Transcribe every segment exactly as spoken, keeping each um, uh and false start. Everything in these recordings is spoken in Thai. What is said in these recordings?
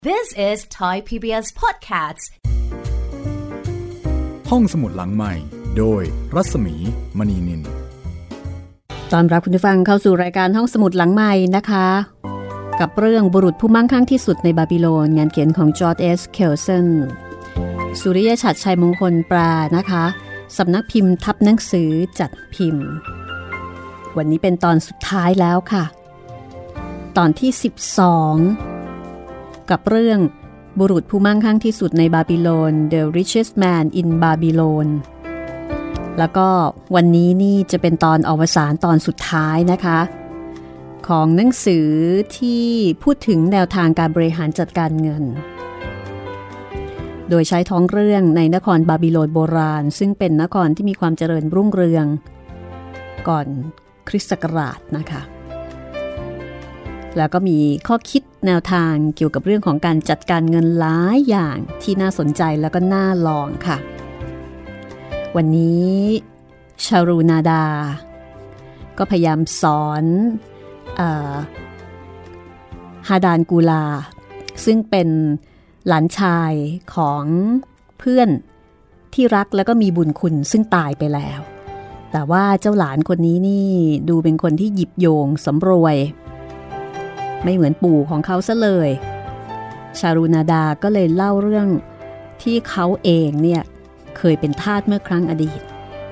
This is Thai พี บี เอส Podcast ห้องสมุดหลังใหม่โดยรัศมีมณีนินตอนรับคุณผู้ฟังเข้าสู่รายการห้องสมุดหลังใหม่นะคะกับเรื่องบุรุษผู้มั่งคั่งที่สุดในบาบิโลนงานเขียนของจอร์จ เอส เคลสันสุริยฉัตรชัยมงคลแปลนะคะสำนักพิมพ์ทับหนังสือจัดพิมพ์วันนี้เป็นตอนสุดท้ายแล้วค่ะตอนที่สิบสองกับเรื่องบุรุษผู้มั่งคั่งที่สุดในบาบิโลน The Richest Man in Babylon แล้วก็วันนี้นี่จะเป็นตอนอวสานตอนสุดท้ายนะคะของหนังสือที่พูดถึงแนวทางการบริหารจัดการเงินโดยใช้ท้องเรื่องในนครบาบิโลนโบราณซึ่งเป็นนครที่มีความเจริญรุ่งเรืองก่อนคริสต์ศักราชนะคะแล้วก็มีข้อคิดแนวทางเกี่ยวกับเรื่องของการจัดการเงินหลายอย่างที่น่าสนใจแล้วก็น่าลองค่ะวันนี้ชารูนาดาก็พยายามสอนเอ่อฮาดานกูลาซึ่งเป็นหลานชายของเพื่อนที่รักแล้วก็มีบุญคุณซึ่งตายไปแล้วแต่ว่าเจ้าหลานคนนี้นี่ดูเป็นคนที่หยิบโยงสำรวยไม่เหมือนปู่ของเขาซะเลยชารูนาดาก็เลยเล่าเรื่องที่เขาเองเนี่ยเคยเป็นทาสเมื่อครั้งอดีต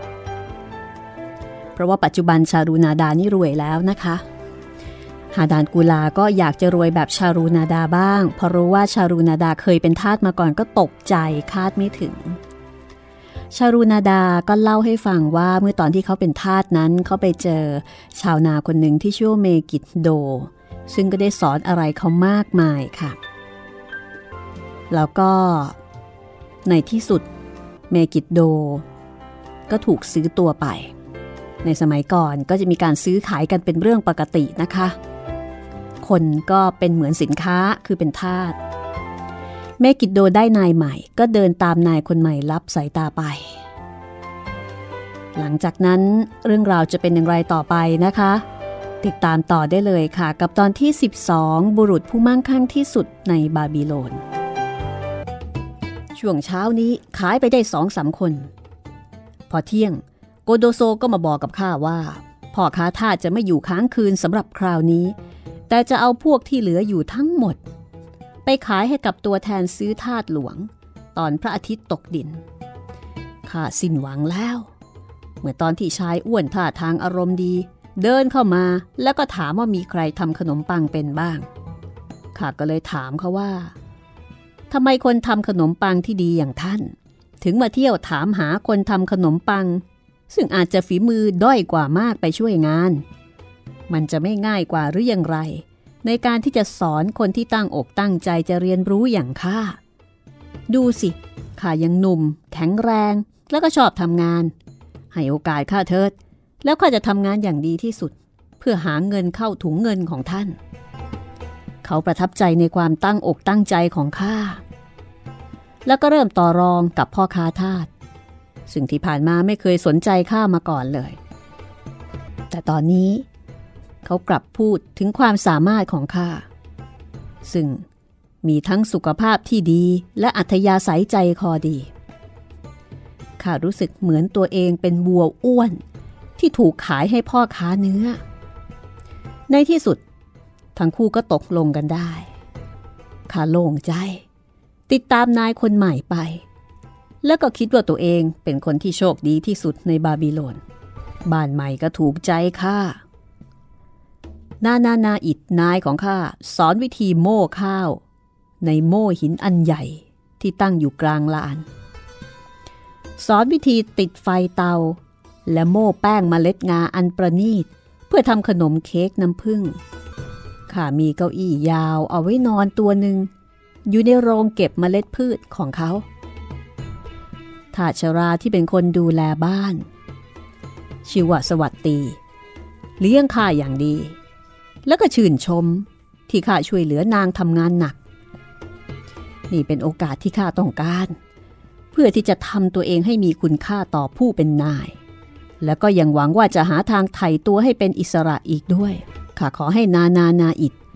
เพราะว่าปัจจุบันชารูนาดานี่รวยแล้วนะคะฮาดานกูลาก็อยากจะรวยแบบชารูนาดาบ้างพอรู้ว่าชารูนาดาเคยเป็นทาสมาก่อนก็ตกใจคาดไม่ถึงชารูนาดาก็เล่าให้ฟังว่าเมื่อตอนที่เขาเป็นทาสนั้นเขาไปเจอชาวนาคนหนึ่งที่ชื่อเมกิดโดซึ่งก็ได้สอนอะไรเขามากมายค่ะแล้วก็ในที่สุดเมกิดโดก็ถูกซื้อตัวไปในสมัยก่อนก็จะมีการซื้อขายกันเป็นเรื่องปกตินะคะคนก็เป็นเหมือนสินค้าคือเป็นทาสเมกิดโดได้นายใหม่ก็เดินตามนายคนใหม่ลับสายตาไปหลังจากนั้นเรื่องราวจะเป็นอย่างไรต่อไปนะคะติดตามต่อได้เลยค่ะกับตอนที่สิบสองบุรุษผู้มั่งคั่งที่สุดในบาบิโลนช่วงเช้านี้ขายไปได้ สองสาม คนพอเที่ยงโกโดโซก็มาบอกกับข้าว่าพ่อค้าทาสจะไม่อยู่ค้างคืนสำหรับคราวนี้แต่จะเอาพวกที่เหลืออยู่ทั้งหมดไปขายให้กับตัวแทนซื้อทาสหลวงตอนพระอาทิตย์ตกดินข้าสิ้นหวังแล้วเมื่อตอนที่ชายอ้วนท่าทางอารมณ์ดีเดินเข้ามาแล้วก็ถามว่ามีใครทำขนมปังเป็นบ้างข้าก็เลยถามเขาว่าทำไมคนทำขนมปังที่ดีอย่างท่านถึงมาเที่ยวถามหาคนทำขนมปังซึ่งอาจจะฝีมือด้อยกว่ามากไปช่วยงานมันจะไม่ง่ายกว่าหรืออย่างไรในการที่จะสอนคนที่ตั้งอกตั้งใจจะเรียนรู้อย่างข้าดูสิข้ายังหนุ่มแข็งแรงแล้วก็ชอบทำงานให้โอกาสข้าเถิดแล้วข้าจะทำงานอย่างดีที่สุดเพื่อหาเงินเข้าถุงเงินของท่านเขาประทับใจในความตั้งอกตั้งใจของข้าแล้วก็เริ่มต่อรองกับพ่อค้าทาสซึ่งที่ผ่านมาไม่เคยสนใจข้ามาก่อนเลยแต่ตอนนี้เขากลับพูดถึงความสามารถของข้าซึ่งมีทั้งสุขภาพที่ดีและอัธยาศัยใจคอดีข้ารู้สึกเหมือนตัวเองเป็นวัวอ้วนที่ถูกขายให้พ่อค้าเนื้อในที่สุดทั้งคู่ก็ตกลงกันได้ข้าโล่งใจติดตามนายคนใหม่ไปแล้วก็คิดว่าตัวเองเป็นคนที่โชคดีที่สุดในบาบิโลนบ้านใหม่ก็ถูกใจข้านานานาอิดนายของข้าสอนวิธีโม่ข้าวในโม่หินอันใหญ่ที่ตั้งอยู่กลางลานสอนวิธีติดไฟเตาและโม่แป้งเมล็ดงาอันประณีตเพื่อทำขนมเค้กน้ำผึ้งข้ามีเก้าอี้ยาวเอาไว้นอนตัวหนึ่งอยู่ในโรงเก็บเมล็ดพืชของเขาทาสชราที่เป็นคนดูแลบ้านชื่อว่าสวัสดีเลี้ยงข้าอย่างดีแล้วก็ชื่นชมที่ข้าช่วยเหลือนางทำงานหนักนี่เป็นโอกาสที่ข้าต้องการเพื่อที่จะทำตัวเองให้มีคุณค่าต่อผู้เป็นนายแล้วก็ยังหวังว่าจะหาทางไถ่ตัวให้เป็นอิสระอีกด้วยข้าขอให้นานานาอิด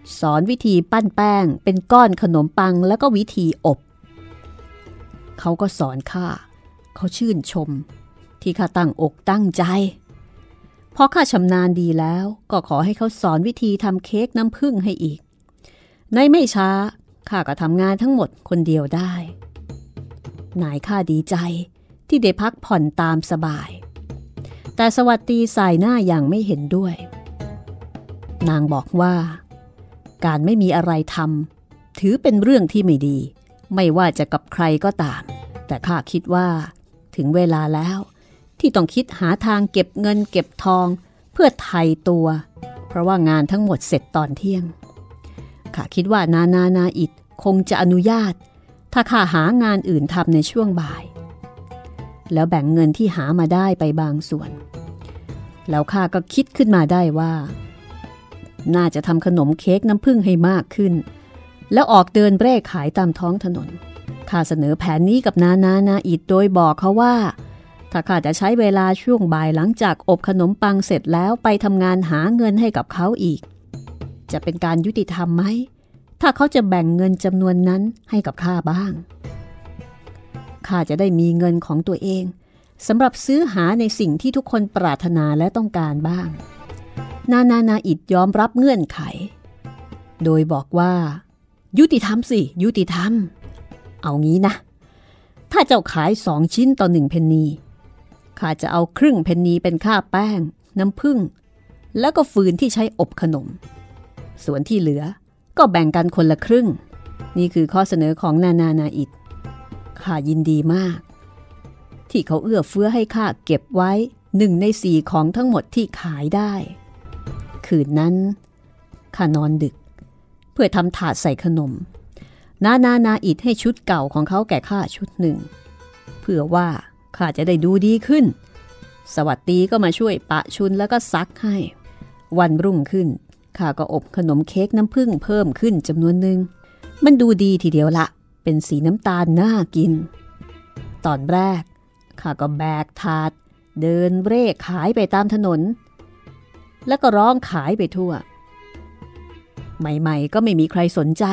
สอนวิธีปั้นแป้งเป็นก้อนขนมปังแล้วก็วิธีอบเขาก็สอนข้าเขาชื่นชมที่ข้าตั้งอกตั้งใจพอข้าชำนาญดีแล้วก็ขอให้เขาสอนวิธีทำเค้กน้ำผึ้งให้อีกในไม่ช้าข้าก็ทำงานทั้งหมดคนเดียวได้นายข้าดีใจที่ได้พักผ่อนตามสบายแต่สวัสดีสายหน้าอย่างไม่เห็นด้วยนางบอกว่าการไม่มีอะไรทำถือเป็นเรื่องที่ไม่ดีไม่ว่าจะกับใครก็ตามแต่ข้าคิดว่าถึงเวลาแล้วที่ต้องคิดหาทางเก็บเงินเก็บทองเพื่อไถ่ตัวเพราะว่างานทั้งหมดเสร็จตอนเที่ยงข้าคิดว่านานานาอิฐคงจะอนุญาตถ้าข้าหางานอื่นทำในช่วงบ่ายแล้วแบ่งเงินที่หามาได้ไปบางส่วนแล้วข้าก็คิดขึ้นมาได้ว่าน่าจะทำขนมเค้กน้ำผึ้งให้มากขึ้นแล้วออกเดินเร่ขายตามท้องถนนข้าเสนอแผนนี้กับนานานาอิฐโดยบอกเขาว่าถ้าข้าจะใช้เวลาช่วงบ่ายหลังจากอบขนมปังเสร็จแล้วไปทำงานหาเงินให้กับเขาอีกจะเป็นการยุติธรรมไหมถ้าเขาจะแบ่งเงินจำนวนนั้นให้กับข้าบ้างข้าจะได้มีเงินของตัวเองสำหรับซื้อหาในสิ่งที่ทุกคนปรารถนาและต้องการบ้างนานานาอิฐยอมรับเงื่อนไขโดยบอกว่ายุติธรรมสิยุติธรรมเอางี้นะถ้าเจ้าขายสองชิ้นต่อหนึ่งเพนนีข้าจะเอาครึ่งเพนนีเป็นค่าแป้งน้ำผึ้งแล้วก็ฟืนที่ใช้อบขนมส่วนที่เหลือก็แบ่งกันคนละครึ่งนี่คือข้อเสนอของนานานาอิฐข้ายินดีมากที่เขาเอื้อเฟื้อให้ข้าเก็บไว้หนึ่งในสี่ของทั้งหมดที่ขายได้คืนนั้นข้านอนดึกเพื่อทำถาดใส่ขนมนานานาอิฐให้ชุดเก่าของเขาแก่ข้าชุดหนึ่งเพื่อว่าข้าจะได้ดูดีขึ้นสวัสดีก็มาช่วยปะชุนแล้วก็ซักให้วันรุ่งขึ้นข้าก็อบขนมเค้กน้ำผึ้งเพิ่มขึ้นจำนวนหนึ่งมันดูดีทีเดียวละเป็นสีน้ำตาลน่ากินตอนแรกข้าก็แบกถาดเดินเร่ขายไปตามถนนแล้วก็ร้องขายไปทั่วใหม่ๆก็ไม่มีใครสนใจ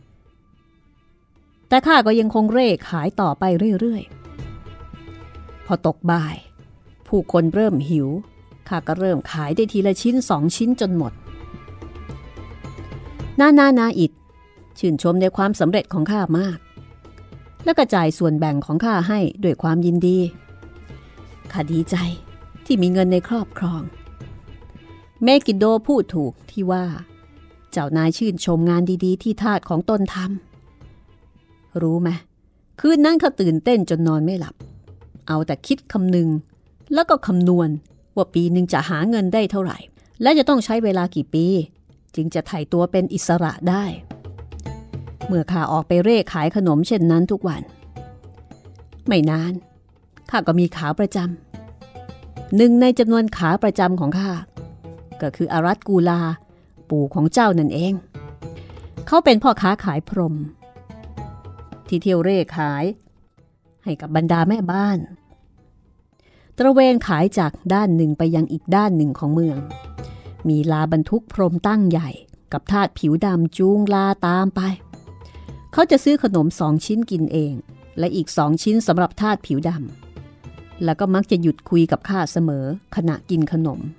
แต่ข้าก็ยังคงเร่ขายต่อไปเรื่อยๆพอตกบ่ายผู้คนเริ่มหิวข้าก็เริ่มขายได้ทีละชิ้นสองชิ้นจนหมดนานานาอิฐชื่นชมในความสำเร็จของข้ามากแล้วก็จ่ายส่วนแบ่งของข้าให้ด้วยความยินดีข้าดีใจที่มีเงินในครอบครองเมกิโดพูดถูกที่ว่าเจ้านายชื่นชมงานดีๆที่ทาสของตนทำรู้ไหมคืนนั้นเขาตื่นเต้นจนนอนไม่หลับเอาแต่คิดคำนึงแล้วก็คำนวณว่าปีหนึ่งจะหาเงินได้เท่าไหร่และจะต้องใช้เวลากี่ปีจึงจะไถ่ตัวเป็นอิสระได้เมื่อข้าออกไปเร่ขายขนมเช่นนั้นทุกวันไม่นานข้าก็มีขาประจำหนึ่งในจำนวนขาประจำของข้าก็คืออารัตกูลาปู่ของเจ้านั่นเองเขาเป็นพ่อค้าขายพรมที่เที่ยวเร่ขายให้กับบรรดาแม่บ้านตระเวนขายจากด้านหนึ่งไปยังอีกด้านหนึ่งของเมืองมีลาบรรทุกพรมตั้งใหญ่กับทาสผิวดำจูงลาตามไปเขาจะซื้อขนมสองชิ้นกินเองและอีกสองชิ้นสำหรับทาสผิวดำแล้วก็มักจะหยุดคุยกับข้าเสมอขณะกินขนม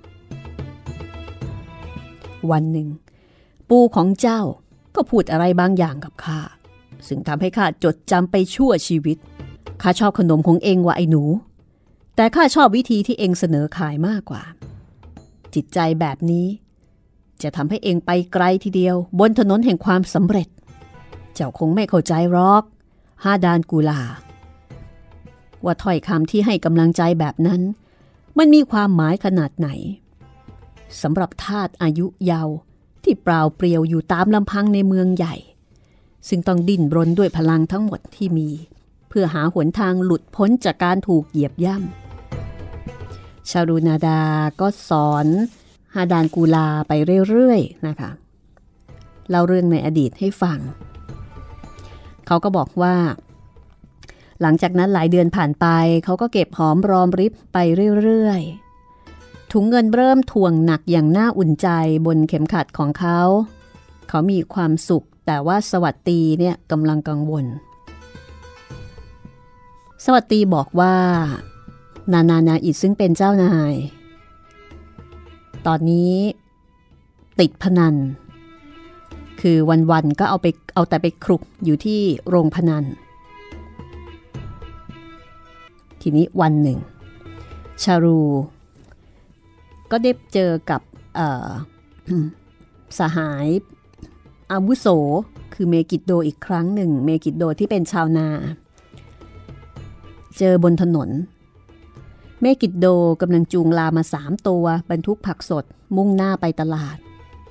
วันหนึ่งปู่ของเจ้าก็พูดอะไรบางอย่างกับข้าซึ่งทำให้ข้าจดจำไปชั่วชีวิตข้าชอบขนมของเองว่ะไอ้หนูแต่ข้าชอบวิธีที่เองเสนอขายมากกว่าจิตใจแบบนี้จะทำให้เองไปไกลทีเดียวบนถนนแห่งความสำเร็จเจ้าคงไม่เข้าใจหรอกฮาดานกูลาว่าถ้อยคำที่ให้กำลังใจแบบนั้นมันมีความหมายขนาดไหนสำหรับทาสอายุเยาว์ที่เปล่าเปลี่ยวอยู่ตามลำพังในเมืองใหญ่ซึ่งต้องดิ้นรนด้วยพลังทั้งหมดที่มีเพื่อหาหนทางหลุดพ้นจากการถูกเหยียบย่ำชารูนาดาก็สอนฮาดานกูลาไปเรื่อยๆนะคะเล่าเรื่องในอดีตให้ฟังเขาก็บอกว่าหลังจากนั้นหลายเดือนผ่านไปเขาก็เก็บหอมรอมริบไปเรื่อยๆถุงเงินเริ่มถ่วงหนักอย่างน่าอุ่นใจบนเข็มขัดของเขาเขามีความสุขแต่ว่าสวัสดีเนี่ยกำลังกังวลสวัสดีบอกว่านานานาอิซึ่งเป็นเจ้านายตอนนี้ติดพนันคือวันๆก็เอาไปเอาแต่ไปคลุกอยู่ที่โรงพนันทีนี้วันหนึ่งชารูก็ได้เจอกับสหายอาวุโสคือเมกิดโดอีกครั้งหนึ่งเมกิดโดที่เป็นชาวนาเจอบนถนนเมกิดโดกำลังจูงลามาสามตัวบรรทุกผักสดมุ่งหน้าไปตลาด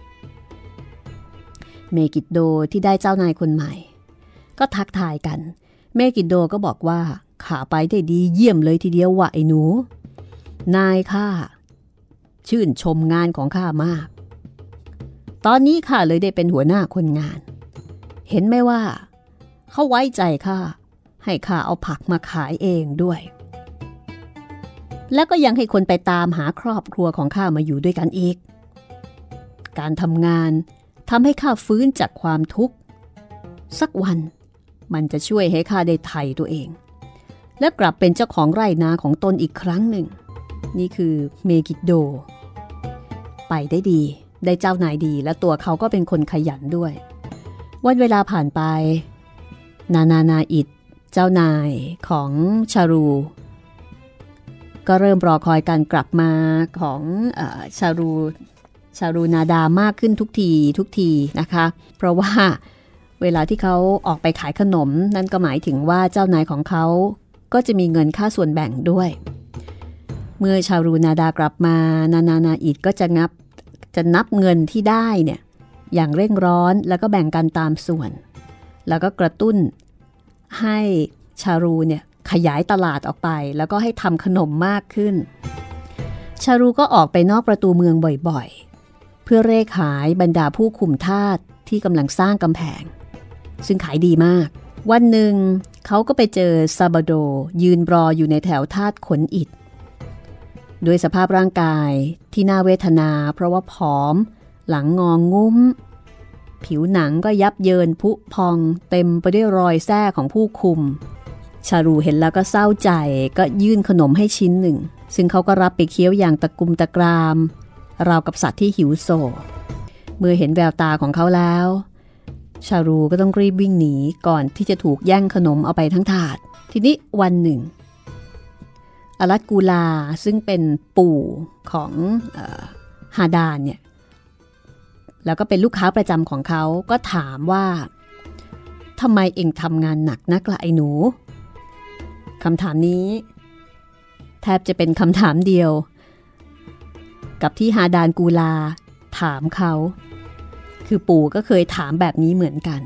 เมกิดโดที่ได้เจ้านายคนใหม่ก็ทักทายกันเมกิดโดก็บอกว่าขาไปได้ดีเยี่ยมเลยทีเดียวว่ะไอ้หนูนายข้าชื่นชมงานของข้ามากตอนนี้ข้าเลยได้เป็นหัวหน้าคนงานเห็นไหมว่าเขาไว้ใจข้าให้ข้าเอาผักมาขายเองด้วยแล้วก็ยังให้คนไปตามหาครอบครัวของข้ามาอยู่ด้วยกันอีกการทำงานทำให้ข้าฟื้นจากความทุกข์สักวันมันจะช่วยให้ข้าได้ไถ่ตัวเองและกลับเป็นเจ้าของไร่นาของตนอีกครั้งหนึ่งนี่คือเมกิดโดไปได้ดีได้เจ้านายดีและตัวเขาก็เป็นคนขยันด้วยวันเวลาผ่านไปนานานาอิดเจ้านายของชารูก็เริ่มรอคอยการกลับมาของเอ่อชารูชารูนาดามากขึ้นทุกทีทุกทีนะคะเพราะว่าเวลาที่เขาออกไปขายขนมนั่นก็หมายถึงว่าเจ้านายของเขาก็จะมีเงินค่าส่วนแบ่งด้วยเมื่อชารูนาดากลับมานานานาอิดก็จะนับจะนับเงินที่ได้เนี่ยอย่างเร่งร้อนแล้วก็แบ่งกันตามส่วนแล้วก็กระตุ้นให้ชารูเนี่ยขยายตลาดออกไปแล้วก็ให้ทำขนมมากขึ้นชารูก็ออกไปนอกประตูเมืองบ่อยๆเพื่อเร่ขายบรรดาผู้คุมทาสที่กำลังสร้างกำแพงซึ่งขายดีมากวันหนึ่งเขาก็ไปเจอซาบาโดยืนรออยู่ในแถวทาสขนอิฐด้วยสภาพร่างกายที่น่าเวทนาเพราะว่าผอมหลังงองุ้มผิวหนังก็ยับเยินผุพองเต็มไปด้วยรอยแส้ของผู้คุมชารูเห็นแล้วก็เศร้าใจก็ยื่นขนมให้ชิ้นหนึ่งซึ่งเขาก็รับไปเคี้ยวอย่างตะกุมตะกรามราวกับสัตว์ที่หิวโซเมื่อเห็นแววตาของเขาแล้วชารูก็ต้องรีบวิ่งหนีก่อนที่จะถูกแย่งขนมเอาไปทั้งถาดทีนี้วันหนึ่งอลัดกูลาซึ่งเป็นปู่ของเอ่อฮาดานเนี่ยแล้วก็เป็นลูกค้าประจำของเขาก็ถามว่าทำไมเอ็งทำงานหนักนักล่ะไอ้หนูคำถามนี้แทบจะเป็นคำถามเดียวกับที่ฮาดานกูลาถามเขาคือปู่ก็เคยถามแบบนี้เหมือนกัน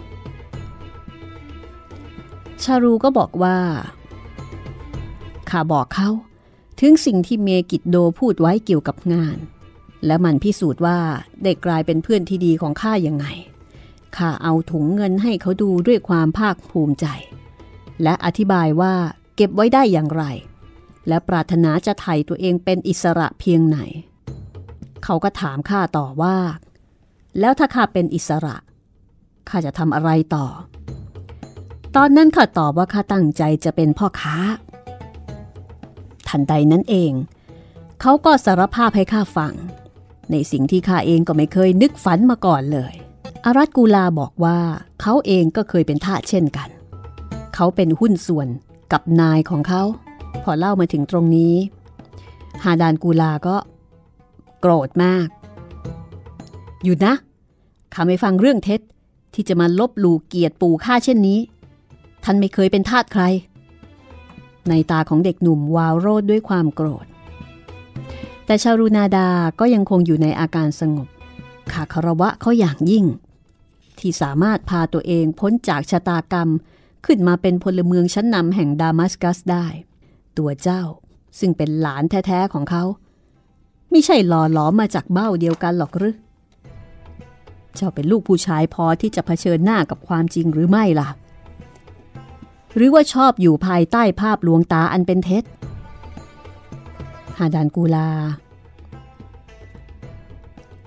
ชารูก็บอกว่าข้าบอกเขาถึงสิ่งที่เมกิดโดพูดไว้เกี่ยวกับงานและมันพิสูจน์ว่าได้กลายเป็นเพื่อนที่ดีของข้ายังไงข้าเอาถุงเงินให้เขาดูด้วยความภาคภูมิใจและอธิบายว่าเก็บไว้ได้อย่างไรและปรารถนาจะไถ่ตัวเองเป็นอิสระเพียงไหนเขาก็ถามข้าต่อว่าแล้วถ้าข้าเป็นอิสระข้าจะทำอะไรต่อตอนนั้นข้าตอบว่าข้าตั้งใจจะเป็นพ่อค้าทันใดนั้นเองเขาก็สารภาพให้ข้าฟังในสิ่งที่ข้าเองก็ไม่เคยนึกฝันมาก่อนเลยอารัตกูลาบอกว่าเขาเองก็เคยเป็นทาสเช่นกันเขาเป็นหุ้นส่วนกับนายของเขาพอเล่ามาถึงตรงนี้ฮาดานกูลาก็โกรธมากอยู่นะข้าไม่ฟังเรื่องเท็จที่จะมาลบหลู่เกียรติปู่ข้าเช่นนี้ท่านไม่เคยเป็นทาสใครในตาของเด็กหนุ่มวาวโรดด้วยความโกรธแต่ชารูนาดาก็ยังคงอยู่ในอาการสงบข้าเคารพเขาอย่างยิ่งที่สามารถพาตัวเองพ้นจากชะตากรรมขึ้นมาเป็นพลเมืองชั้นนำแห่งดามัสกัสได้ตัวเจ้าซึ่งเป็นหลานแท้ๆของเขาไม่ใช่หล่อหลอมมาจากเบ้าเดียวกันหรอกหรือเจ้าเป็นลูกผู้ชายพอที่จะเผชิญหน้ากับความจริงหรือไม่ล่ะหรือว่าชอบอยู่ภายใต้ภาพลวงตาอันเป็นเท็จฮาดานกูลา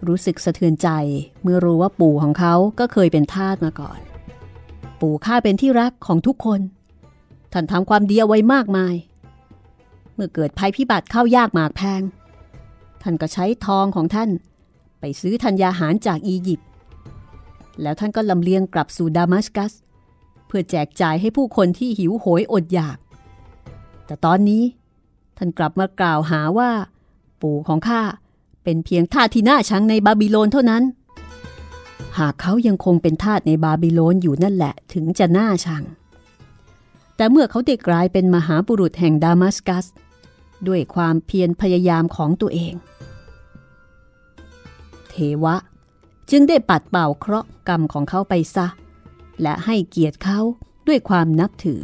รู้สึกสะเทือนใจเมื่อรู้ว่าปู่ของเขาก็เคยเป็นทาสมาก่อนปู่ข้าเป็นที่รักของทุกคนท่านทำความดีเอาไว้มากมายเมื่อเกิดภัยพิบัติเข้ายากหมากแพงท่านก็ใช้ทองของท่านไปซื้อธัญญาหารจากอียิปต์แล้วท่านก็ลำเลียงกลับสู่ดามัสกัสเพื่อแจกจ่ายให้ผู้คนที่หิวโหยอดอยากแต่ตอนนี้ท่านกลับมากล่าวหาว่าปู่ของข้าเป็นเพียงทาสที่น่าชังในบาบิโลนเท่านั้นหากเขายังคงเป็นทาสในบาบิโลนอยู่นั่นแหละถึงจะน่าชังแต่เมื่อเขาได้กลายเป็นมหาบุรุษแห่งดามัสกัสด้วยความเพียรพยายามของตัวเองเทวะจึงได้ปัดเป่าเคราะห์กรรมของเขาไปซะและให้เกียรติเขาด้วยความนับถือ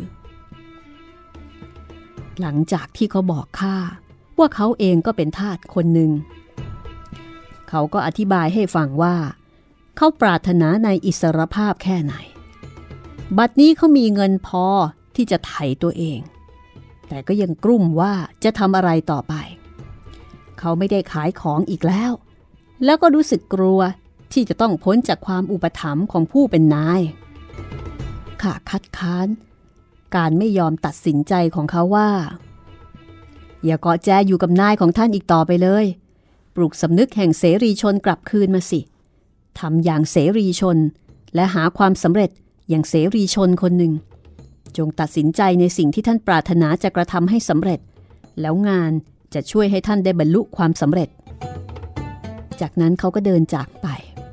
หลังจากที่เขาบอกข้าว่าเขาเองก็เป็นทาสคนหนึ่งเขาก็อธิบายให้ฟังว่าเขาปรารถนาในอิสรภาพแค่ไหนบัดนี้เขามีเงินพอที่จะไถ่ตัวเองแต่ก็ยังกลุ้มว่าจะทำอะไรต่อไปเขาไม่ได้ขายของอีกแล้วแล้วก็รู้สึกกลัวที่จะต้องพ้นจากความอุปถัมภ์ของผู้เป็นนายข้าคัดค้านการไม่ยอมตัดสินใจของเขาว่าอย่าเกาะแจอยู่กับนายของท่านอีกต่อไปเลยปลุกสำนึกแห่งเสรีชนกลับคืนมาสิทำอย่างเสรีชนและหาความสำเร็จอย่างเสรีชนคนหนึ่งจงตัดสินใจในสิ่งที่ท่านปรารถนาจะกระทำให้สำเร็จแล้วงานจะช่วยให้ท่านได้บรรลุความสำเร็จจากนั้นเขาก็เดินจากไป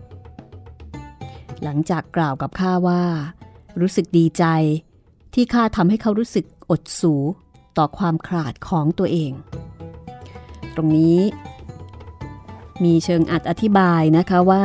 หลังจากกล่าวกับข้าว่ารู้สึกดีใจที่ข้าทำให้เขารู้สึกอดสูต่อความขาดของตัวเองตรงนี้มีเชิงอัดอธิบายนะคะว่า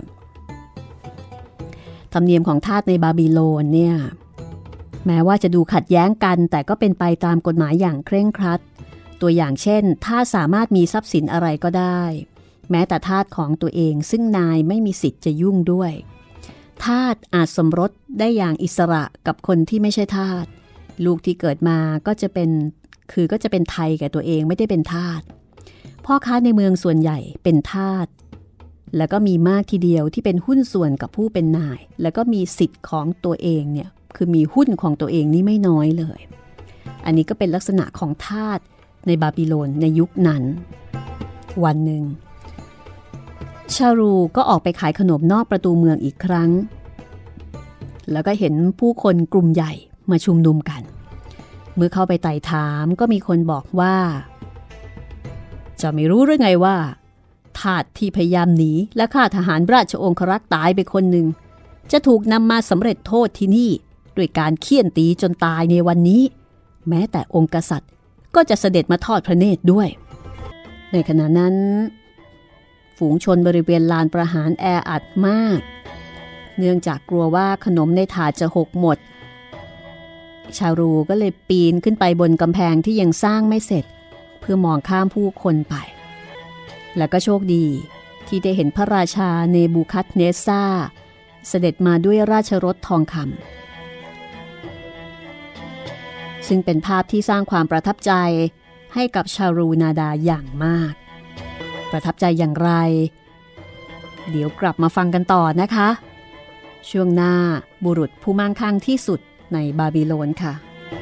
ธรรมเนียมของทาสในบาบิโลนเนี่ยแม้ว่าจะดูขัดแย้งกันแต่ก็เป็นไปตามกฎหมายอย่างเคร่งครัดตัวอย่างเช่นทาสสามารถมีทรัพย์สินอะไรก็ได้แม้แต่ทาสของตัวเองซึ่งนายไม่มีสิทธิ์จะยุ่งด้วยทาสอาจสมรสได้อย่างอิสระกับคนที่ไม่ใช่ทาสลูกที่เกิดมาก็จะเป็นคือก็จะเป็นไทยแก่ตัวเองไม่ได้เป็นทาสพ่อค้าในเมืองส่วนใหญ่เป็นทาสแล้วก็มีมากทีเดียวที่เป็นหุ้นส่วนกับผู้เป็นนายแล้วก็มีสิทธิ์ของตัวเองเนี่ยคือมีหุ้นของตัวเองนี่ไม่น้อยเลยอันนี้ก็เป็นลักษณะของทาสในบาบิโลนในยุคนั้นวันหนึ่งชารูก็ออกไปขายขนมนอกประตูเมืองอีกครั้งแล้วก็เห็นผู้คนกลุ่มใหญ่มาชุมนุมกันเมื่อเข้าไปไต่ถามก็มีคนบอกว่าจะไม่รู้หรือไงว่าทาสที่พยายามหนีและฆ่าทหารราชองครักษ์ตายไปคนหนึ่งจะถูกนำมาสำเร็จโทษที่นี่ด้วยการเฆี่ยนตีจนตายในวันนี้แม้แต่องค์กษัตริย์ก็จะเสด็จมาทอดพระเนตรด้วยในขณะนั้นฝูงชนบริเวณลานประหารแออัดมากเนื่องจากกลัวว่าขนมในถาดจะหกหมดชารูก็เลยปีนขึ้นไปบนกำแพงที่ยังสร้างไม่เสร็จเพื่อมองข้ามผู้คนไปและก็โชคดีที่ได้เห็นพระราชาเนบูคัดเนสซาเสด็จมาด้วยราชรถทองคำซึ่งเป็นภาพที่สร้างความประทับใจให้กับชารูนาดาอย่างมากประทับใจอย่างไรเดี๋ยวกลับมาฟังกันต่อนะคะช่วงหน้าบุรุษผู้มั่งคั่งที่สุดในบาบิโลนค่ะ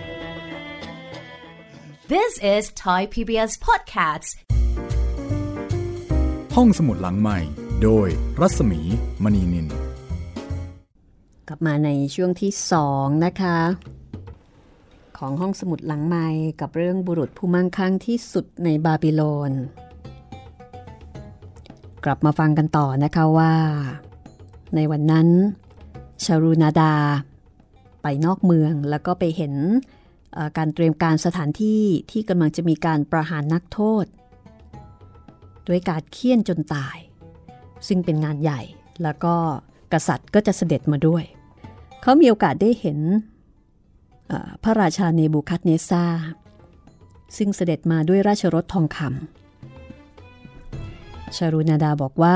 This is Thai พี บี เอส Podcast ห้องสมุดหลังใหม่โดยรัศมีมณีนินกลับมาในช่วงที่สองนะคะของห้องสมุดหลังใหม่กับเรื่องบุรุษผู้มั่งคั่งที่สุดในบาบิโลนกลับมาฟังกันต่อนะคะว่าในวันนั้นชารูนาดาไปนอกเมืองแล้วก็ไปเห็นการเตรียมการสถานที่ที่กำลังจะมีการประหารนักโทษด้วยการเฆี่ยนจนตายซึ่งเป็นงานใหญ่แล้วก็กษัตริย์ก็จะเสด็จมาด้วยเขามีโอกาสได้เห็นพระราชาเนบูคัดเนสซาซึ่งเสด็จมาด้วยราชรถทองคำชารูนาดาบอกว่า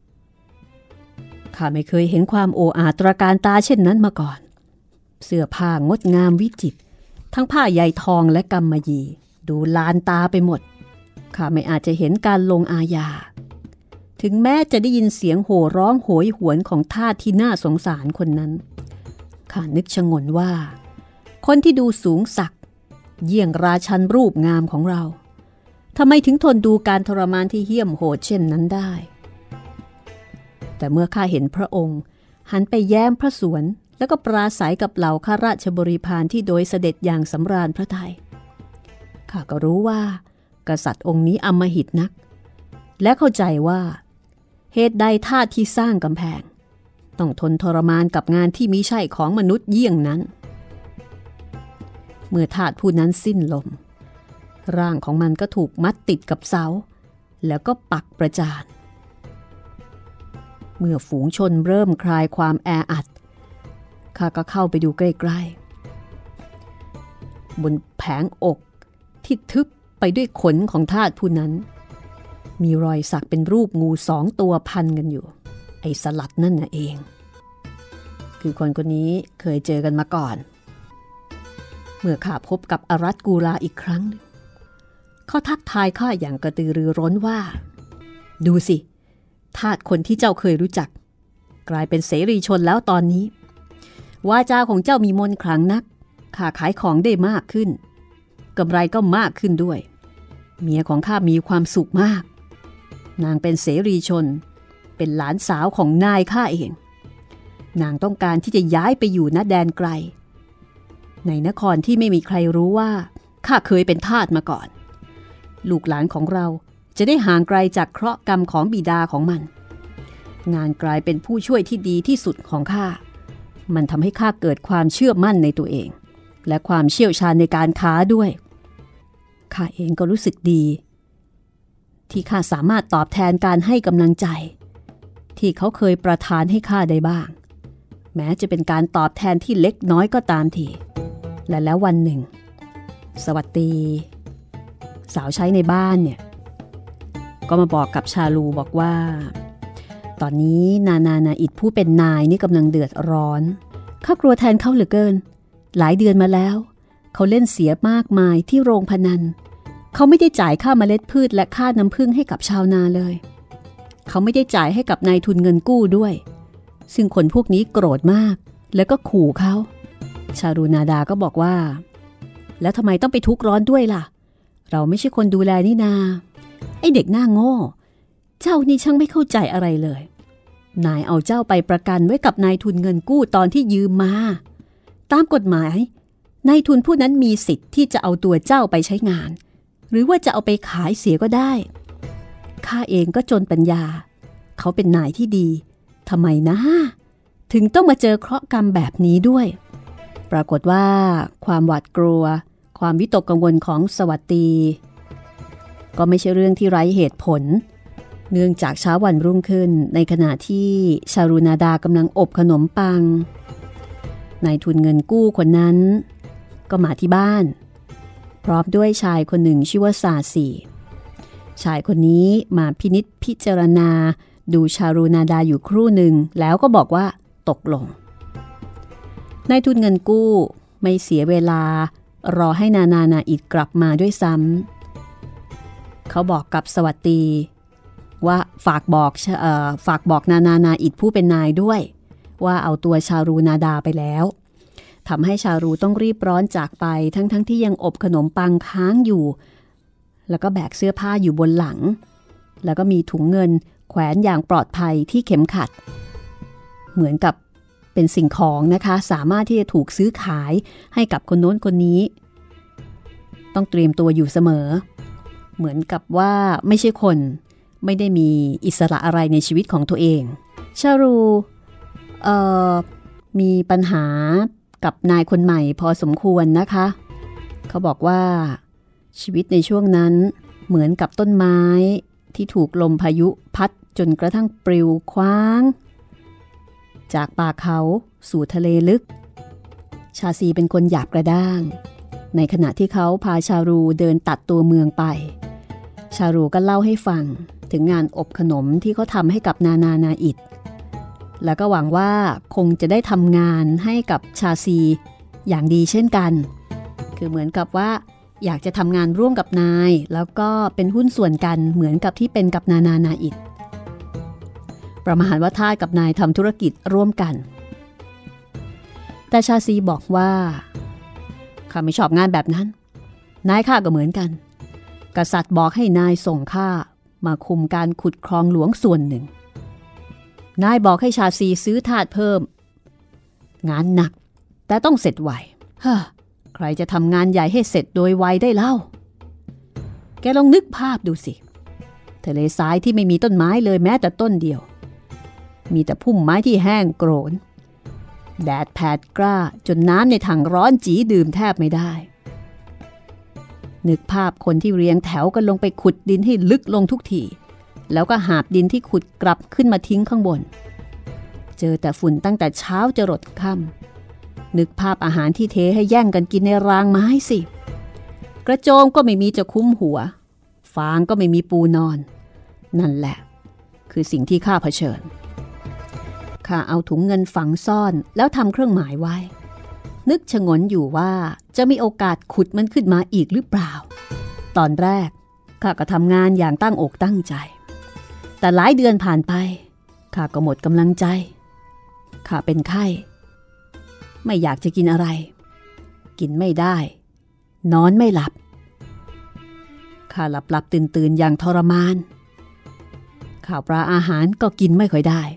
ข้าไม่เคยเห็นความโอ้อาตระการตาเช่นนั้นมาก่อนเสื้อผ้างดงามวิจิตรทั้งผ้าใยทองและกำมะหยี่ดูลานตาไปหมดข้าไม่อาจจะเห็นการลงอาญาถึงแม้จะได้ยินเสียงโห่ร้องโหยหวนของทาสที่น่าสงสารคนนั้นข้านึกชงนว่าคนที่ดูสูงสักเยี่ยงราชันรูปงามของเราทำไมถึงทนดูการทรมานที่เหี้ยมโหดเช่นนั้นได้แต่เมื่อข้าเห็นพระองค์หันไปแย้มพระสวนแล้วก็ปราศัยกับเหล่าข้าราชบริพารที่โดยเสด็จอย่างสำราญพระทัยข้าก็รู้ว่ากษัตริย์องค์นี้อำมหิตนักและเข้าใจว่าเหตุใดทาสที่สร้างกำแพงต้องทนทรมานกับงานที่มิใช่ของมนุษย์เยี่ยงนั้นเมื่อทาสผู้นั้นสิ้นลมร่างของมันก็ถูกมัดติดกับเสาแล้วก็ปักประจานเมื่อฝูงชนเริ่มคลายความแออัดข้าก็เข้าไปดูใกล้ๆบนแผงอกที่ทึบไปด้วยขนของทาสผู้นั้นมีรอยสักเป็นรูปงูสองตัวพันกันอยู่ไอ้สลัดนั่นน่ะเองคือคนคนนี้เคยเจอกันมาก่อนเมื่อข้าพบกับอารัตกูลาอีกครั้งนึงเขาทักทายข้าอย่างกระตือรือร้นว่าดูสิทาสคนที่เจ้าเคยรู้จักกลายเป็นเสรีชนแล้วตอนนี้วาจาของเจ้ามีมนต์ขลังนักข้าขายของได้มากขึ้นกำไรก็มากขึ้นด้วยเมียของข้ามีความสุขมากนางเป็นเสรีชนเป็นหลานสาวของนายข้าเองนางต้องการที่จะย้ายไปอยู่ณแดนไกลในนครที่ไม่มีใครรู้ว่าข้าเคยเป็นทาสมาก่อนลูกหลานของเราจะได้ห่างไกลจากเคราะห์กรรมของบิดาของมันงานกลายเป็นผู้ช่วยที่ดีที่สุดของข้ามันทำให้ข้าเกิดความเชื่อมั่นในตัวเองและความเชี่ยวชาญในการค้าด้วยข้าเองก็รู้สึกดีที่ข้าสามารถตอบแทนการให้กำลังใจที่เขาเคยประทานให้ข้าได้บ้างแม้จะเป็นการตอบแทนที่เล็กน้อยก็ตามทีและแล้ววันหนึ่งสวัสดีสาวใช้ในบ้านเนี่ยก็มาบอกกับชาลูบอกว่าตอนนี้นานานาอิดผู้เป็นนายนี่กำลังเดือดร้อนข้ากลัวแทนเขาเหลือเกินหลายเดือนมาแล้วเขาเล่นเสียมากมายที่โรงพนันเขาไม่ได้จ่ายค่าเมล็ดพืชและค่าน้ำผึ้งให้กับชาวนาเลยเขาไม่ได้จ่ายให้กับนายทุนเงินกู้ด้วยซึ่งคนพวกนี้โกรธมากแล้วก็ขู่เขาชารูนาดาก็บอกว่าแล้วทำไมต้องไปทุกข์ร้อนด้วยล่ะเราไม่ใช่คนดูแลนี่นาไอ้เด็กหน้าโง่เจ้านี่ช่างไม่เข้าใจอะไรเลยนายเอาเจ้าไปประกันไว้กับนายทุนเงินกู้ตอนที่ยืมมาตามกฎหมายนายทุนผู้นั้นมีสิทธิ์ที่จะเอาตัวเจ้าไปใช้งานหรือว่าจะเอาไปขายเสียก็ได้ข้าเองก็จนปัญญาเขาเป็นนายที่ดีทำไมนะถึงต้องมาเจอเคราะห์กรรมแบบนี้ด้วยปรากฏว่าความหวาดกลัวความวิตกกังวลของสวัสดีก็ไม่ใช่เรื่องที่ไร้เหตุผลเนื่องจากเช้าวันรุ่งขึ้นในขณะที่ชารูนาดากำลังอบขนมปังนายทุนเงินกู้คนนั้นก็มาที่บ้านพร้อมด้วยชายคนหนึ่งชื่อว่าซาซีชายคนนี้มาพินิจพิจารณาดูชารูนาดาอยู่ครู่หนึ่งแล้วก็บอกว่าตกลงนายทุนเงินกู้ไม่เสียเวลารอให้นานานาอิดกลับมาด้วยซ้ำเขาบอกกับสวัสดีว่าฝากบอกเอ่อฝากบอกนานานาอิดผู้เป็นนายด้วยว่าเอาตัวชารูนาดาไปแล้วทำให้ชารูต้องรีบร้อนจากไปทั้งๆ ท, ที่ยังอบขนมปังค้างอยู่แล้วก็แบกเสื้อผ้าอยู่บนหลังแล้วก็มีถุงเงินแขวนอย่างปลอดภัยที่เข็มขัดเหมือนกับเป็นสิ่งของนะคะสามารถที่จะถูกซื้อขายให้กับคนโน้นคนนี้ต้องเตรียมตัวอยู่เสมอเหมือนกับว่าไม่ใช่คนไม่ได้มีอิสระอะไรในชีวิตของตัวเองชารูเอ่อมีปัญหากับนายคนใหม่พอสมควรนะคะเขาบอกว่าชีวิตในช่วงนั้นเหมือนกับต้นไม้ที่ถูกลมพายุพัดจนกระทั่งปลิวคว้างจากป่าเขาสู่ทะเลลึกชาซีเป็นคนหยาบกระด้างในขณะที่เขาพาชารูเดินตัดตัวเมืองไปชารูก็เล่าให้ฟังถึงงานอบขนมที่เขาทำให้กับนานานาอิดแล้วก็หวังว่าคงจะได้ทำงานให้กับชาซีอย่างดีเช่นกันคือเหมือนกับว่าอยากจะทำงานร่วมกับนายแล้วก็เป็นหุ้นส่วนกันเหมือนกับที่เป็นกับนานานาอิดประมาณว่าทาสกับนายทำธุรกิจร่วมกันแต่ชาซีบอกว่าข้าไม่ชอบงานแบบนั้นนายข้าก็เหมือนกันกษัตริย์บอกให้นายส่งข้ามาคุมการขุดคลองหลวงส่วนหนึ่งนายบอกให้ชาซีซื้อทาสเพิ่มงานหนักแต่ต้องเสร็จไวเฮ้อใครจะทำงานใหญ่ให้เสร็จโดยไวได้เล่าแกลองนึกภาพดูสิทะเลทรายที่ไม่มีต้นไม้เลยแม้แต่ต้นเดียวมีแต่พุ่มไม้ที่แห้งโกรนแดดแผดกล้าจนน้ำในถังร้อนจีดื่มแทบไม่ได้นึกภาพคนที่เรียงแถวกันลงไปขุดดินให้ลึกลงทุกทีแล้วก็หาบดินที่ขุดกลับขึ้นมาทิ้งข้างบนเจอแต่ฝุ่นตั้งแต่เช้าจรดค่ำนึกภาพอาหารที่เทให้แย่งกันกินในรางไม้สิกระโจมก็ไม่มีจะคุ้มหัวฟางก็ไม่มีปูนอนนั่นแหละคือสิ่งที่ข้าเผชิญข้าเอาถุงเงินฝังซ่อนแล้วทำเครื่องหมายไว้นึกชะงนอยู่ว่าจะมีโอกาสขุดมันขึ้นมาอีกหรือเปล่าตอนแรกข้าก็ทำงานอย่างตั้งอกตั้งใจแต่หลายเดือนผ่านไปข้าก็หมดกำลังใจข้าเป็นไข้ไม่อยากจะกินอะไรกินไม่ได้นอนไม่หลับข้าหลับหลับตื่นตื่นอย่างทรมานข้าวปลาอาหารก็กินไม่ค่อยได้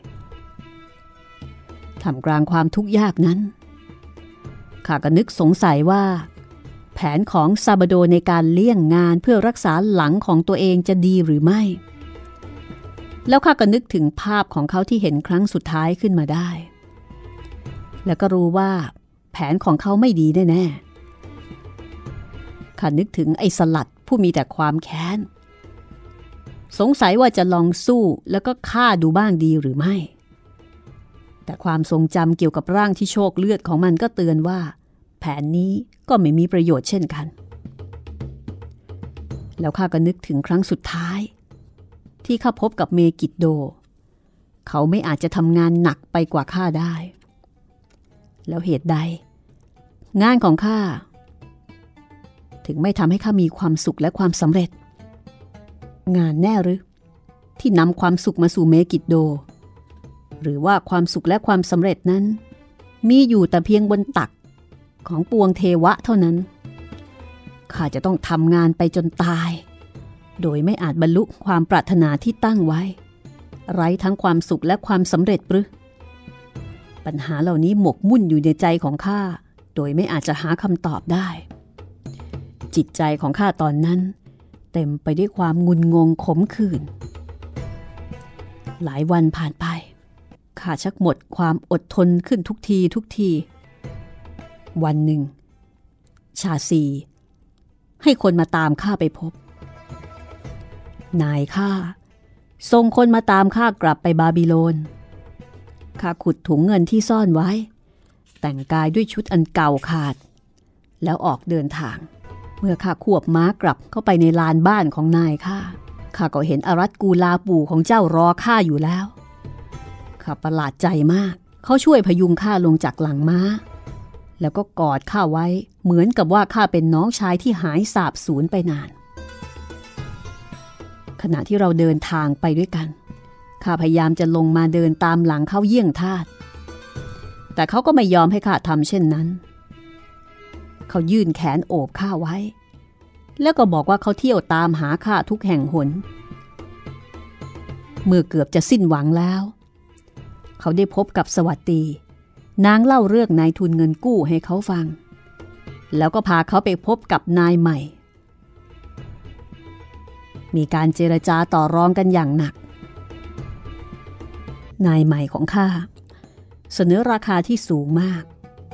ท่ามกลางความทุกข์ยากนั้นข้าก็นึกสงสัยว่าแผนของซาบาโดในการเลี่ยงงานเพื่อรักษาหลังของตัวเองจะดีหรือไม่แล้วข้าก็นึกถึงภาพของเขาที่เห็นครั้งสุดท้ายขึ้นมาได้แล้วก็รู้ว่าแผนของเขาไม่ดีแน่ๆข้านึกถึงไอ้สลัดผู้มีแต่ความแค้นสงสัยว่าจะลองสู้แล้วก็ฆ่าดูบ้างดีหรือไม่แต่ความทรงจำเกี่ยวกับร่างที่โชกเลือดของมันก็เตือนว่าแผนนี้ก็ไม่มีประโยชน์เช่นกันแล้วข้าก็นึกถึงครั้งสุดท้ายที่ข้าพบกับเมกิดโดเขาไม่อาจจะทำงานหนักไปกว่าข้าได้แล้วเหตุใดงานของข้าถึงไม่ทำให้ข้ามีความสุขและความสำเร็จงานแน่หรือที่นำความสุขมาสู่เมกิดโดหรือว่าความสุขและความสำเร็จนั้นมีอยู่แต่เพียงบนตักของปวงเทวะเท่านั้นข้าจะต้องทำงานไปจนตายโดยไม่อาจบรรลุความปรารถนาที่ตั้งไว้ไร้ทั้งความสุขและความสำเร็จหรือปัญหาเหล่านี้หมกมุ่นอยู่ในใจของข้าโดยไม่อาจจะหาคำตอบได้จิตใจของข้าตอนนั้นเต็มไปด้วยความงุนงงขมขื่นหลายวันผ่านไปข้าชักหมดความอดทนขึ้นทุกทีทุกทีวันหนึ่งชาซีให้คนมาตามข้าไปพบนายข้าส่งคนมาตามข้ากลับไปบาบิโลนข้าขุดถุงเงินที่ซ่อนไว้แต่งกายด้วยชุดอันเก่าขาดแล้วออกเดินทางเมื่อข้าควบม้ากลับเข้าไปในลานบ้านของนายข้าข้าก็เห็นอารัตกูลาปู่ของเจ้ารอข้าอยู่แล้วข้าประหลาดใจมากเขาช่วยพยุงข้าลงจากหลังม้าแล้วก็กอดข้าไว้เหมือนกับว่าข้าเป็นน้องชายที่หายสาบสูญไปนานขณะที่เราเดินทางไปด้วยกันข้าพยายามจะลงมาเดินตามหลังเขาเยี่ยงทาสแต่เขาก็ไม่ยอมให้ข้าทำเช่นนั้นเขายื่นแขนโอบข้าไว้แล้วก็บอกว่าเขาเที่ยวตามหาข้าทุกแห่งหนเมื่อเกือบจะสิ้นหวังแล้วเขาได้พบกับสวัสดีนางเล่าเรื่องนายทุนเงินกู้ให้เขาฟังแล้วก็พาเขาไปพบกับนายใหม่มีการเจรจาต่อรองกันอย่างหนักนายใหม่ของข้าเสนอราคาที่สูงมาก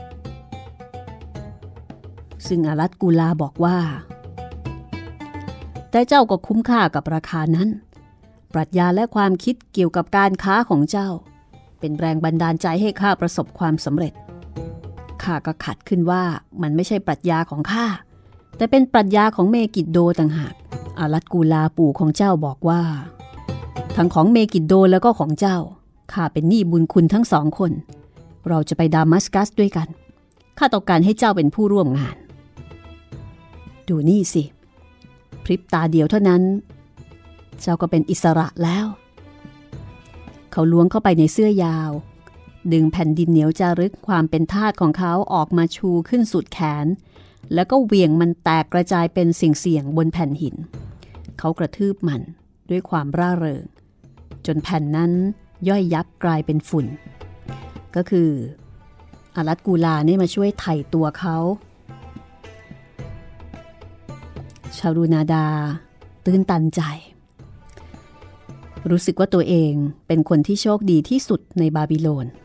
ซึ่งอารัตกูลาบอกว่าแต่เจ้าก็คุ้มค่ากับราคานั้นปรัชญาและความคิดเกี่ยวกับการค้าของเจ้าเป็นแรงบันดาลใจให้ข้าประสบความสำเร็จข้าก็ขัดขึ้นว่ามันไม่ใช่ปรัชญาของข้าแต่เป็นปรัชญาของเมกิดโดต่างหากอารัตกูลาปู่ของเจ้าบอกว่าทั้งของเมกิดโดแล้วก็ของเจ้าข้าเป็นหนี้บุญคุณทั้งสองคนเราจะไปดามัสกัสด้วยกันข้าต้องการให้เจ้าเป็นผู้ร่วมงานดูนี่สิพริบตาเดียวเท่านั้นเจ้าก็เป็นอิสระแล้วเขาล้วงเข้าไปในเสื้อยาวดึงแผ่นดินเหนียวจารึกความเป็นทาสของเขาออกมาชูขึ้นสุดแขนแล้วก็เหวี่ยงมันแตกกระจายเป็นสิ่งเสี่ยงบนแผ่นหินเขากระทืบมันด้วยความร่าเริงจนแผ่นนั้นย่อยยับกลายเป็นฝุ่นก็คืออารัตกูลาเนี่ยมาช่วยไถ่ตัวเขาชารูนาดาตื้นตันใจรู้สึกว่าตัวเองเป็นคนที่โชคดีที่สุดในบาบิโลน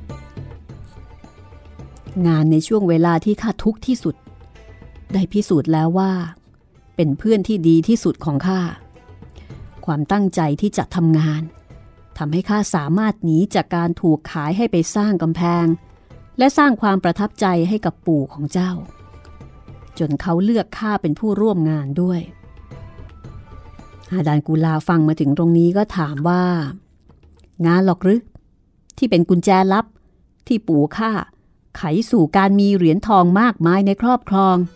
งานในช่วงเวลาที่ข้าทุกข์ที่สุดได้พิสูจน์แล้วว่าเป็นเพื่อนที่ดีที่สุดของข้าความตั้งใจที่จะทำงานทำให้ข้าสามารถหนีจากการถูกขายให้ไปสร้างกำแพงและสร้างความประทับใจให้กับปู่ของเจ้าจนเขาเลือกข้าเป็นผู้ร่วมงานด้วยฮาดานกูลาฟังมาถึงตรงนี้ก็ถามว่างานหรอกหรือที่เป็นกุญแจลับที่ปู่ข้าไขสู่การมีเหรียญทองมากมายในครอบครอง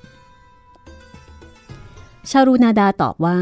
ชารูนาดาตอบว่า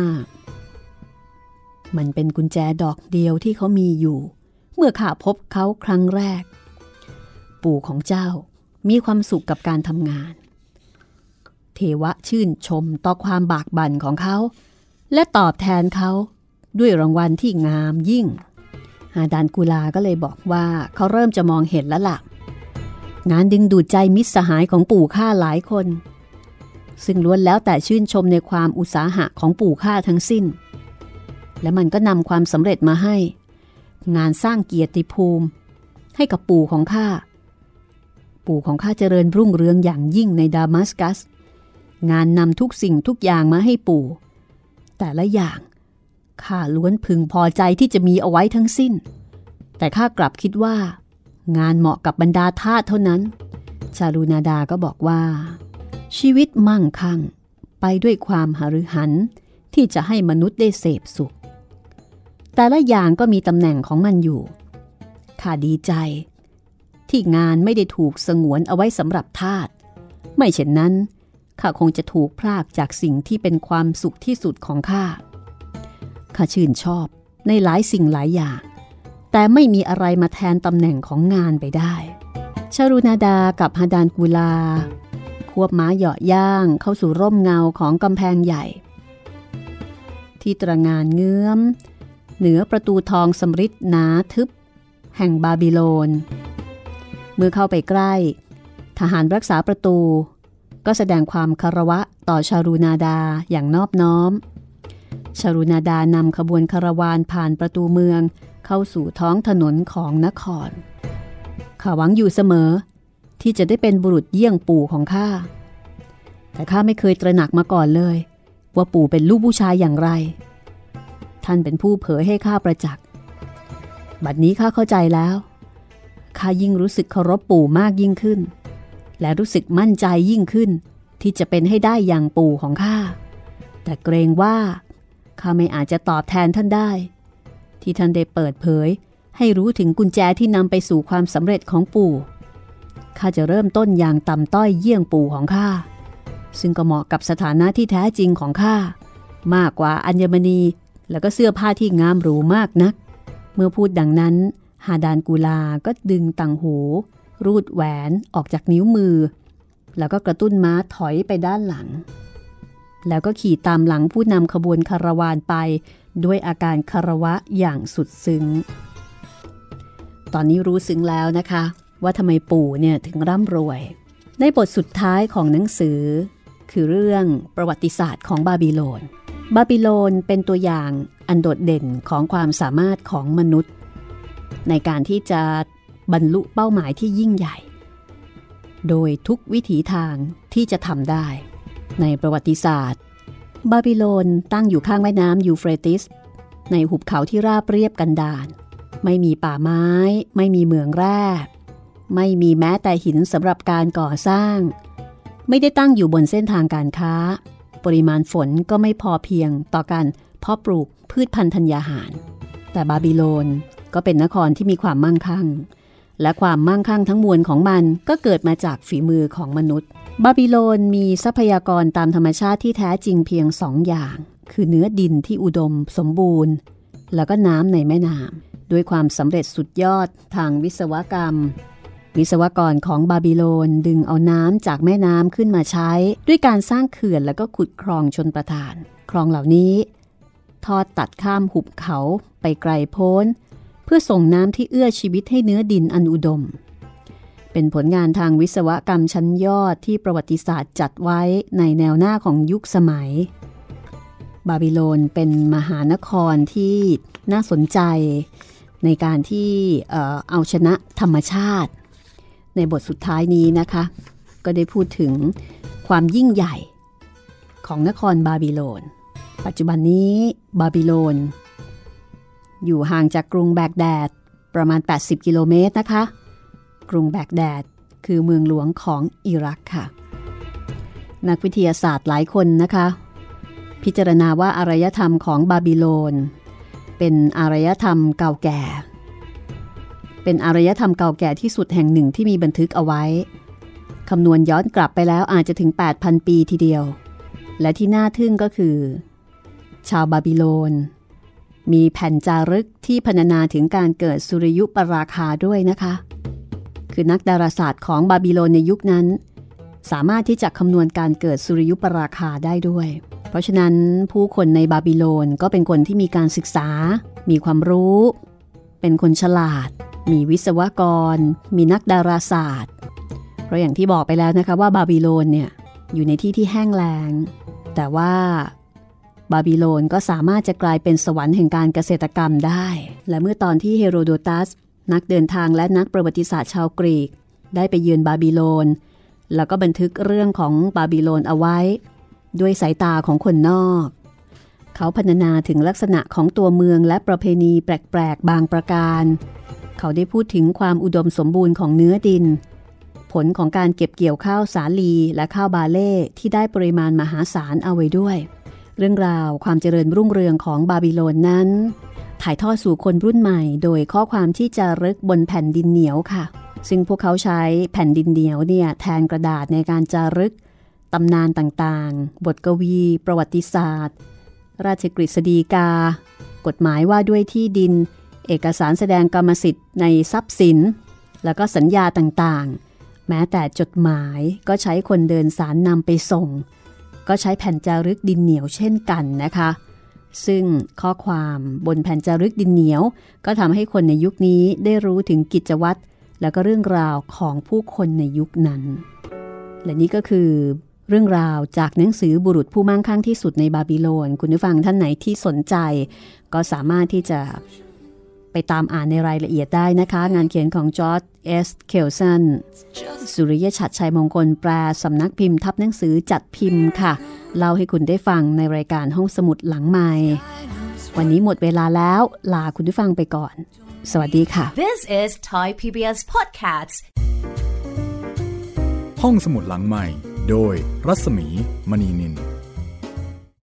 มันเป็นกุญแจดอกเดียวที่เขามีอยู่เมื่อข้าพบเขาครั้งแรกปู่ของเจ้ามีความสุขกับการทำงานเทวะชื่นชมต่อความบากบั่นของเขาและตอบแทนเขาด้วยรางวัลที่งามยิ่งฮาดานกูลาก็เลยบอกว่าเขาเริ่มจะมองเห็นแล้วล่ะงานดึงดูดใจมิตรสหายของปู่ข้าหลายคนซึ่งล้วนแล้วแต่ชื่นชมในความอุตสาหะของปู่ข้าทั้งสิ้นและมันก็นำความสำเร็จมาให้งานสร้างเกียรติภูมิให้กับปู่ของข้าปู่ของข้าเจริญรุ่งเรืองอย่างยิ่งในดามัสกัสงานนำทุกสิ่งทุกอย่างมาให้ปู่แต่ละอย่างข้าล้วนพึงพอใจที่จะมีเอาไว้ทั้งสิ้นแต่ข้ากลับคิดว่างานเหมาะกับบรรดาทาสเท่านั้นชารูนาดาก็บอกว่าชีวิตมั่งคั่งไปด้วยความหฤหันที่จะให้มนุษย์ได้เสพสุขแต่ละอย่างก็มีตำแหน่งของมันอยู่ข้าดีใจที่งานไม่ได้ถูกสงวนเอาไว้สำหรับทาสไม่เช่นนั้นข้าคงจะถูกพรากจากสิ่งที่เป็นความสุขที่สุดของข้าข้าชื่นชอบในหลายสิ่งหลายอย่างแต่ไม่มีอะไรมาแทนตำแหน่งของงานไปได้ชารูนาดากับฮาดานกูลาควบม้าเหยาะย่างเข้าสู่ร่มเงาของกำแพงใหญ่ที่ตระหง่านเงื้อมเหนือประตูทองสำริดหนาทึบแห่งบาบิโลนเมื่อเข้าไปใกล้ทหารรักษาประตูก็แสดงความคารวะต่อชารูนาดาอย่างนอบน้อมชารูนาดานำขบวนคาราวานผ่านประตูเมืองเข้าสู่ท้องถนนของนครข้าหวังอยู่เสมอที่จะได้เป็นบุรุษเยี่ยงปู่ของข้าแต่ข้าไม่เคยตระหนักมาก่อนเลยว่าปู่เป็นลูกผู้ชายอย่างไรท่านเป็นผู้เผยให้ข้าประจักษ์บัดนี้ข้าเข้าใจแล้วข้ายิ่งรู้สึกเคารพปู่มากยิ่งขึ้นและรู้สึกมั่นใจยิ่งขึ้นที่จะเป็นให้ได้อย่างปู่ของข้าแต่เกรงว่าข้าไม่อาจจะตอบแทนท่านได้ที่ท่านได้เปิดเผยให้รู้ถึงกุญแจที่นำไปสู่ความสำเร็จของปู่ข้าจะเริ่มต้นอย่างต่ำต้อยเยี่ยงปู่ของข้าซึ่งก็เหมาะกับสถานะที่แท้จริงของข้ามากกว่าอัญมณีแล้วก็เสื้อผ้าที่งามหรูมากนักเมื่อพูดดังนั้นฮาดานกูลาก็ดึงต่างหูรูดแหวนออกจากนิ้วมือแล้วก็กระตุ้นม้าถอยไปด้านหลังแล้วก็ขี่ตามหลังผู้นำขบวนคาราวานไปด้วยอาการคารวะอย่างสุดซึ้งตอนนี้รู้ซึ้งแล้วนะคะว่าทำไมปู่เนี่ยถึงร่ำรวยในบทสุดท้ายของหนังสือคือเรื่องประวัติศาสตร์ของบาบิโลนบาบิโลนเป็นตัวอย่างอันโดดเด่นของความสามารถของมนุษย์ในการที่จะบรรลุเป้าหมายที่ยิ่งใหญ่โดยทุกวิถีทางที่จะทำได้ในประวัติศาสตร์บาบิโลนตั้งอยู่ข้างแม่น้ำยูเฟรติสในหุบเขาที่ราบเรียบกันดารไม่มีป่าไม้ไม่มีเหมืองแร่ไม่มีแม้แต่หินสำหรับการก่อสร้างไม่ได้ตั้งอยู่บนเส้นทางการค้าปริมาณฝนก็ไม่พอเพียงต่อการเพาะปลูกพืชพันธุ์ธัญญาหารแต่บาบิโลนก็เป็นนครที่มีความมั่งคั่งและความมั่งคั่งทั้งมวลของมันก็เกิดมาจากฝีมือของมนุษย์บาบิโลนมีทรัพยากรตามธรรมชาติที่แท้จริงเพียงสองอย่างคือเนื้อดินที่อุดมสมบูรณ์แล้วก็น้ำในแม่น้ด้วยความสำเร็จสุดยอดทางวิศวกรรมวิศวกรของบาบิโลนดึงเอาน้ำจากแม่น้ำขึ้นมาใช้ด้วยการสร้างเขื่อนแล้วก็ขุดคลองชลประทานคลองเหล่านี้ทอดตัดข้ามหุบเขาไปไกลโพ้นเพื่อส่งน้ำที่เอื้อชีวิตให้เนื้อดินอันอุดมเป็นผลงานทางวิศวกรรมชั้นยอดที่ประวัติศาสตร์จัดไว้ในแนวหน้าของยุคสมัยบาบิโลนเป็นมหานครที่น่าสนใจในการที่เอ่อเอาชนะธรรมชาติในบทสุดท้ายนี้นะคะก็ได้พูดถึงความยิ่งใหญ่ของนครบาบิโลนปัจจุบันนี้บาบิโลนอยู่ห่างจากกรุงแบกแดดประมาณแปดสิบกิโลเมตรนะคะกรุงแบกแดดคือเมืองหลวงของอิรักค่ะนักวิทยาศาสตร์หลายคนนะคะพิจารณาว่าอารยธรรมของบาบิโลนเป็นอารยธรรมเก่าแก่เป็นอารยธรรมเก่าแก่ที่สุดแห่งหนึ่งที่มีบันทึกเอาไว้คำนวณย้อนกลับไปแล้วอาจจะถึง แปดพัน ปีทีเดียวและที่น่าทึ่งก็คือชาวบาบิโลนมีแผ่นจารึกที่พรรณนาถึงการเกิดสุริยุปราคาด้วยนะคะคือนักดาราศาสตร์ของบาบิโลนในยุคนั้นสามารถที่จะคำนวณการเกิดสุริยุปราคาได้ด้วยเพราะฉะนั้นผู้คนในบาบิโลนก็เป็นคนที่มีการศึกษามีความรู้เป็นคนฉลาดมีวิศวกรมีนักดาราศาสตร์เพราะอย่างที่บอกไปแล้วนะคะว่าบาบิโลนเนี่ยอยู่ในที่ที่แห้งแล้งแต่ว่าบาบิโลนก็สามารถจะกลายเป็นสวรรค์แห่งการเกษตรกรรมได้และเมื่อตอนที่เฮโรโดตัสนักเดินทางและนักประวัติศาสตร์ชาวกรีกได้ไปเยือนบาบิโลนแล้วก็บันทึกเรื่องของบาบิโลนเอาไว้ด้วยสายตาของคนนอกเขาพรรณนาถึงลักษณะของตัวเมืองและประเพณีแปลกๆบางประการเขาได้พูดถึงความอุดมสมบูรณ์ของเนื้อดินผลของการเก็บเกี่ยวข้าวสาลีและข้าวบาเล่ที่ได้ปริมาณมหาศาลเอาไว้ด้วยเรื่องราวความเจริญรุ่งเรืองของบาบิโลนนั้นถ่ายทอดสู่คนรุ่นใหม่โดยข้อความที่จะรึกบนแผ่นดินเหนียวค่ะซึ่งพวกเขาใช้แผ่นดินเหนียวเนี่ยแทนกระดาษในการจารึกตำนานต่างๆบทกวีประวัติศาสตร์ราชกฤษฎีกากฎหมายว่าด้วยที่ดินเอกสารแสดงกรรมสิทธิ์ในทรัพย์สินแล้วก็สัญญาต่างๆแม้แต่จดหมายก็ใช้คนเดินสารนำไปส่งก็ใช้แผ่นจารึกดินเหนียวเช่นกันนะคะซึ่งข้อความบนแผ่นจารึกดินเหนียวก็ทำให้คนในยุคนี้ได้รู้ถึงกิจวัตรและก็เรื่องราวของผู้คนในยุคนั้นและนี่ก็คือเรื่องราวจากหนังสือบุรุษผู้มั่งคั่งที่สุดในบาบิโลนคุณผู้ฟังท่านไหนที่สนใจก็สามารถที่จะไปตามอ่านในรายละเอียดได้นะคะงานเขียนของจอร์จเอสเคลสันสุริยฉัตรชัยมงคลแปลสำนักพิมพ์ทับหนังสือจัดพิมพ์ค่ะเล่าให้คุณได้ฟังในรายการห้องสมุดหลังไมค์วันนี้หมดเวลาแล้วลาคุณผู้ฟังไปก่อนสวัสดีค่ะ This is Thai พี บี เอส Podcast ห้องสมุดหลังไมค์โดยรัศมีมณีนิน